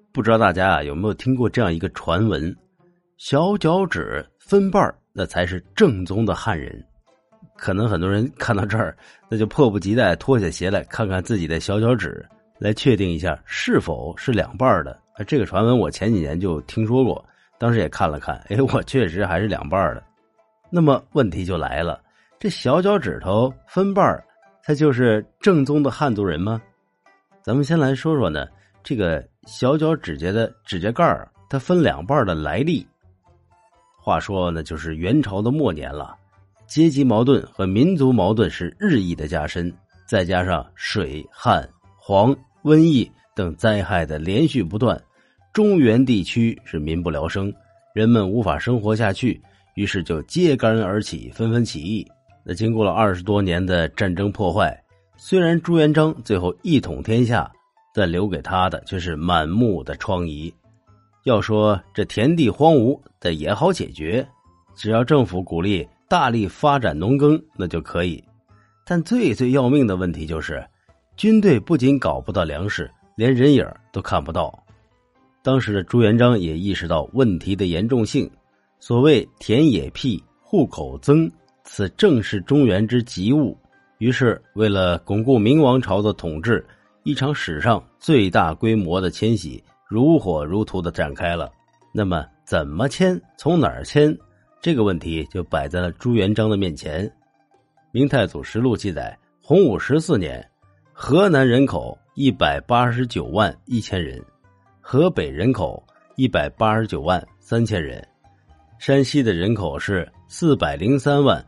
不知道大家有没有听过这样一个传闻，小脚趾分瓣那才是正宗的汉人。可能很多人看到这儿，那就迫不及待脱下鞋来看看自己的小脚趾，来确定一下是否是两瓣的。这个传闻我前几年就听说过，当时也看了看，我确实还是两瓣的。那么问题就来了，这小脚趾头分瓣，它就是正宗的汉族人吗？咱们先来说说呢，这个小脚指甲的指甲盖它分两瓣的来历。话说呢，就是元朝的末年了，阶级矛盾和民族矛盾是日益的加深，再加上水、旱、蝗、瘟疫等灾害的连续不断，中原地区是民不聊生，人们无法生活下去，于是就揭竿而起，纷纷起义。那经过了20多年的战争破坏，虽然朱元璋最后一统天下，但留给他的却是满目的疮痍。要说这田地荒芜的也好解决，只要政府鼓励大力发展农耕，那就可以。但最要命的问题就是，军队不仅搞不到粮食，连人影都看不到。当时的朱元璋也意识到问题的严重性，所谓田野辟，户口增，此正是中原之急务。于是为了巩固明王朝的统治，一场史上最大规模的迁徙如火如荼地展开了。那么怎么迁，从哪儿迁，这个问题就摆在了朱元璋的面前。明太祖实录记载，洪武14年，河南人口189万1千人，河北人口189万3千人，山西的人口是403万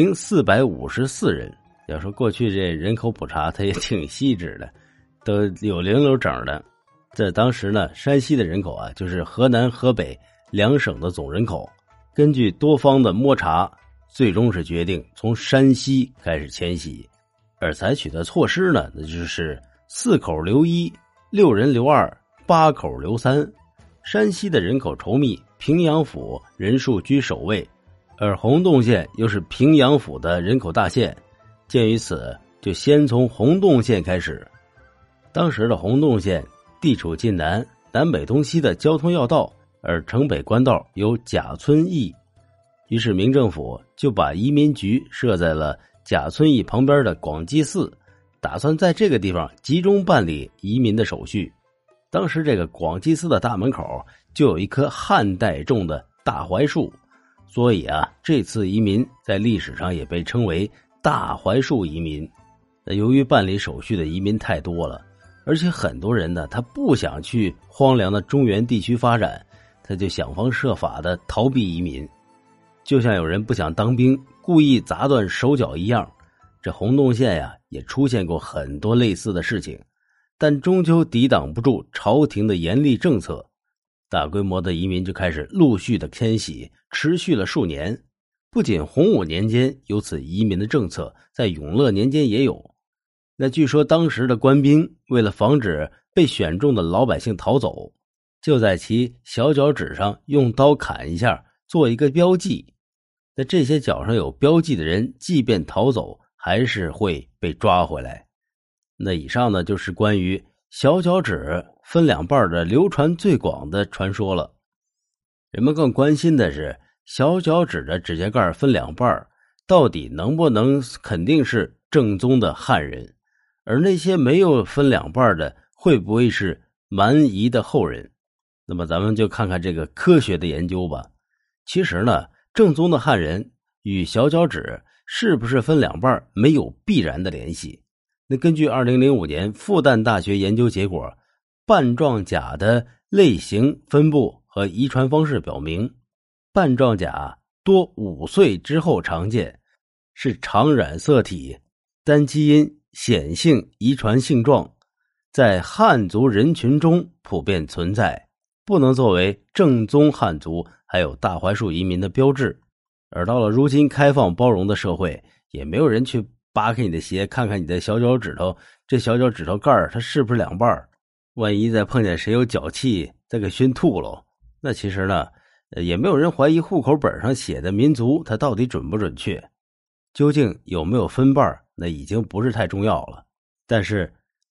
0454人。要说过去这人口普查它也挺细致的，都有零有整的。在当时呢，山西的人口就是河南河北两省的总人口。根据多方的摸查，最终是决定从山西开始迁徙，而采取的措施呢，那就是4口留1，6人留2，8口留3。山西的人口稠密，平阳府人数居首位，而洪洞县又是平阳府的人口大县。鉴于此，就先从洪洞县开始。当时的洪洞县地处晋南，南北东西的交通要道，而城北官道有贾村驿，于是明政府就把移民局设在了贾村驿旁边的广济寺，打算在这个地方集中办理移民的手续。当时这个广济寺的大门口就有一棵汉代种的大槐树，所以这次移民在历史上也被称为大槐树移民。由于办理手续的移民太多了，而且很多人呢，他不想去荒凉的中原地区发展，他就想方设法的逃避移民。就像有人不想当兵，故意砸断手脚一样，这洪洞县也出现过很多类似的事情，但终究抵挡不住朝廷的严厉政策，大规模的移民就开始陆续的迁徙，持续了数年。不仅洪武年间有此移民的政策，在永乐年间也有。那据说当时的官兵为了防止被选中的老百姓逃走，就在其小脚趾上用刀砍一下，做一个标记。那这些脚上有标记的人，即便逃走，还是会被抓回来。那以上呢，就是关于小脚趾分两瓣的流传最广的传说了。人们更关心的是，小脚趾的指甲盖分两瓣，到底能不能肯定是正宗的汉人？而那些没有分两瓣的，会不会是蛮夷的后人？那么咱们就看看这个科学的研究吧。其实呢，正宗的汉人与小脚趾是不是分两瓣没有必然的联系。那根据2005年复旦大学研究结果，瓣状甲的类型分布和遗传方式表明，瓣状甲多5岁之后常见，是常染色体，单基因显性遗传性状，在汉族人群中普遍存在，不能作为正宗汉族还有大槐树移民的标志。而到了如今开放包容的社会，也没有人去扒开你的鞋看看你的小脚趾头，这小脚趾头盖它是不是两瓣，万一再碰见谁有脚气再给熏吐了，那其实呢也没有人怀疑户口本上写的民族它到底准不准确。究竟有没有分瓣，那已经不是太重要了。但是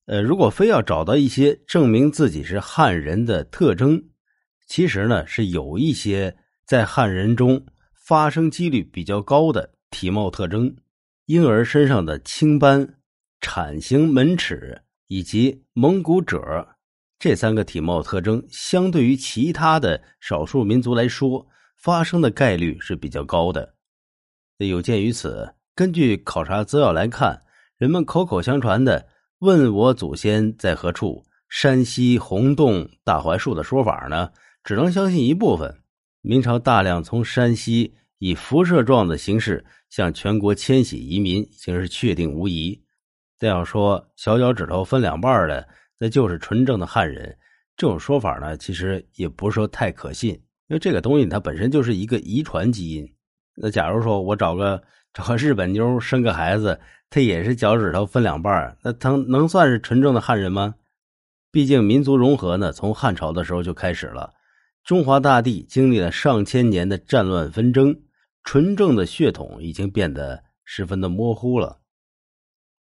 如果非要找到一些证明自己是汉人的特征，其实呢是有一些在汉人中发生几率比较高的体貌特征。婴儿身上的青斑、铲形门齿以及蒙古褶，这3个体貌特征相对于其他的少数民族来说，发生的概率是比较高的。有鉴于此，根据考察资料来看，人们口口相传的问我祖先在何处，山西洪洞大槐树的说法呢，只能相信一部分。明朝大量从山西以辐射状的形式向全国迁徙移民已经是确定无疑。再要说小脚趾头分2半的，那就是纯正的汉人，这种说法呢，其实也不是说太可信，因为这个东西它本身就是一个遗传基因。那假如说我找个日本妞生个孩子，他也是脚趾头分2半，那他能算是纯正的汉人吗？毕竟民族融合呢，从汉朝的时候就开始了。中华大地经历了上千年的战乱纷争，纯正的血统已经变得十分的模糊了。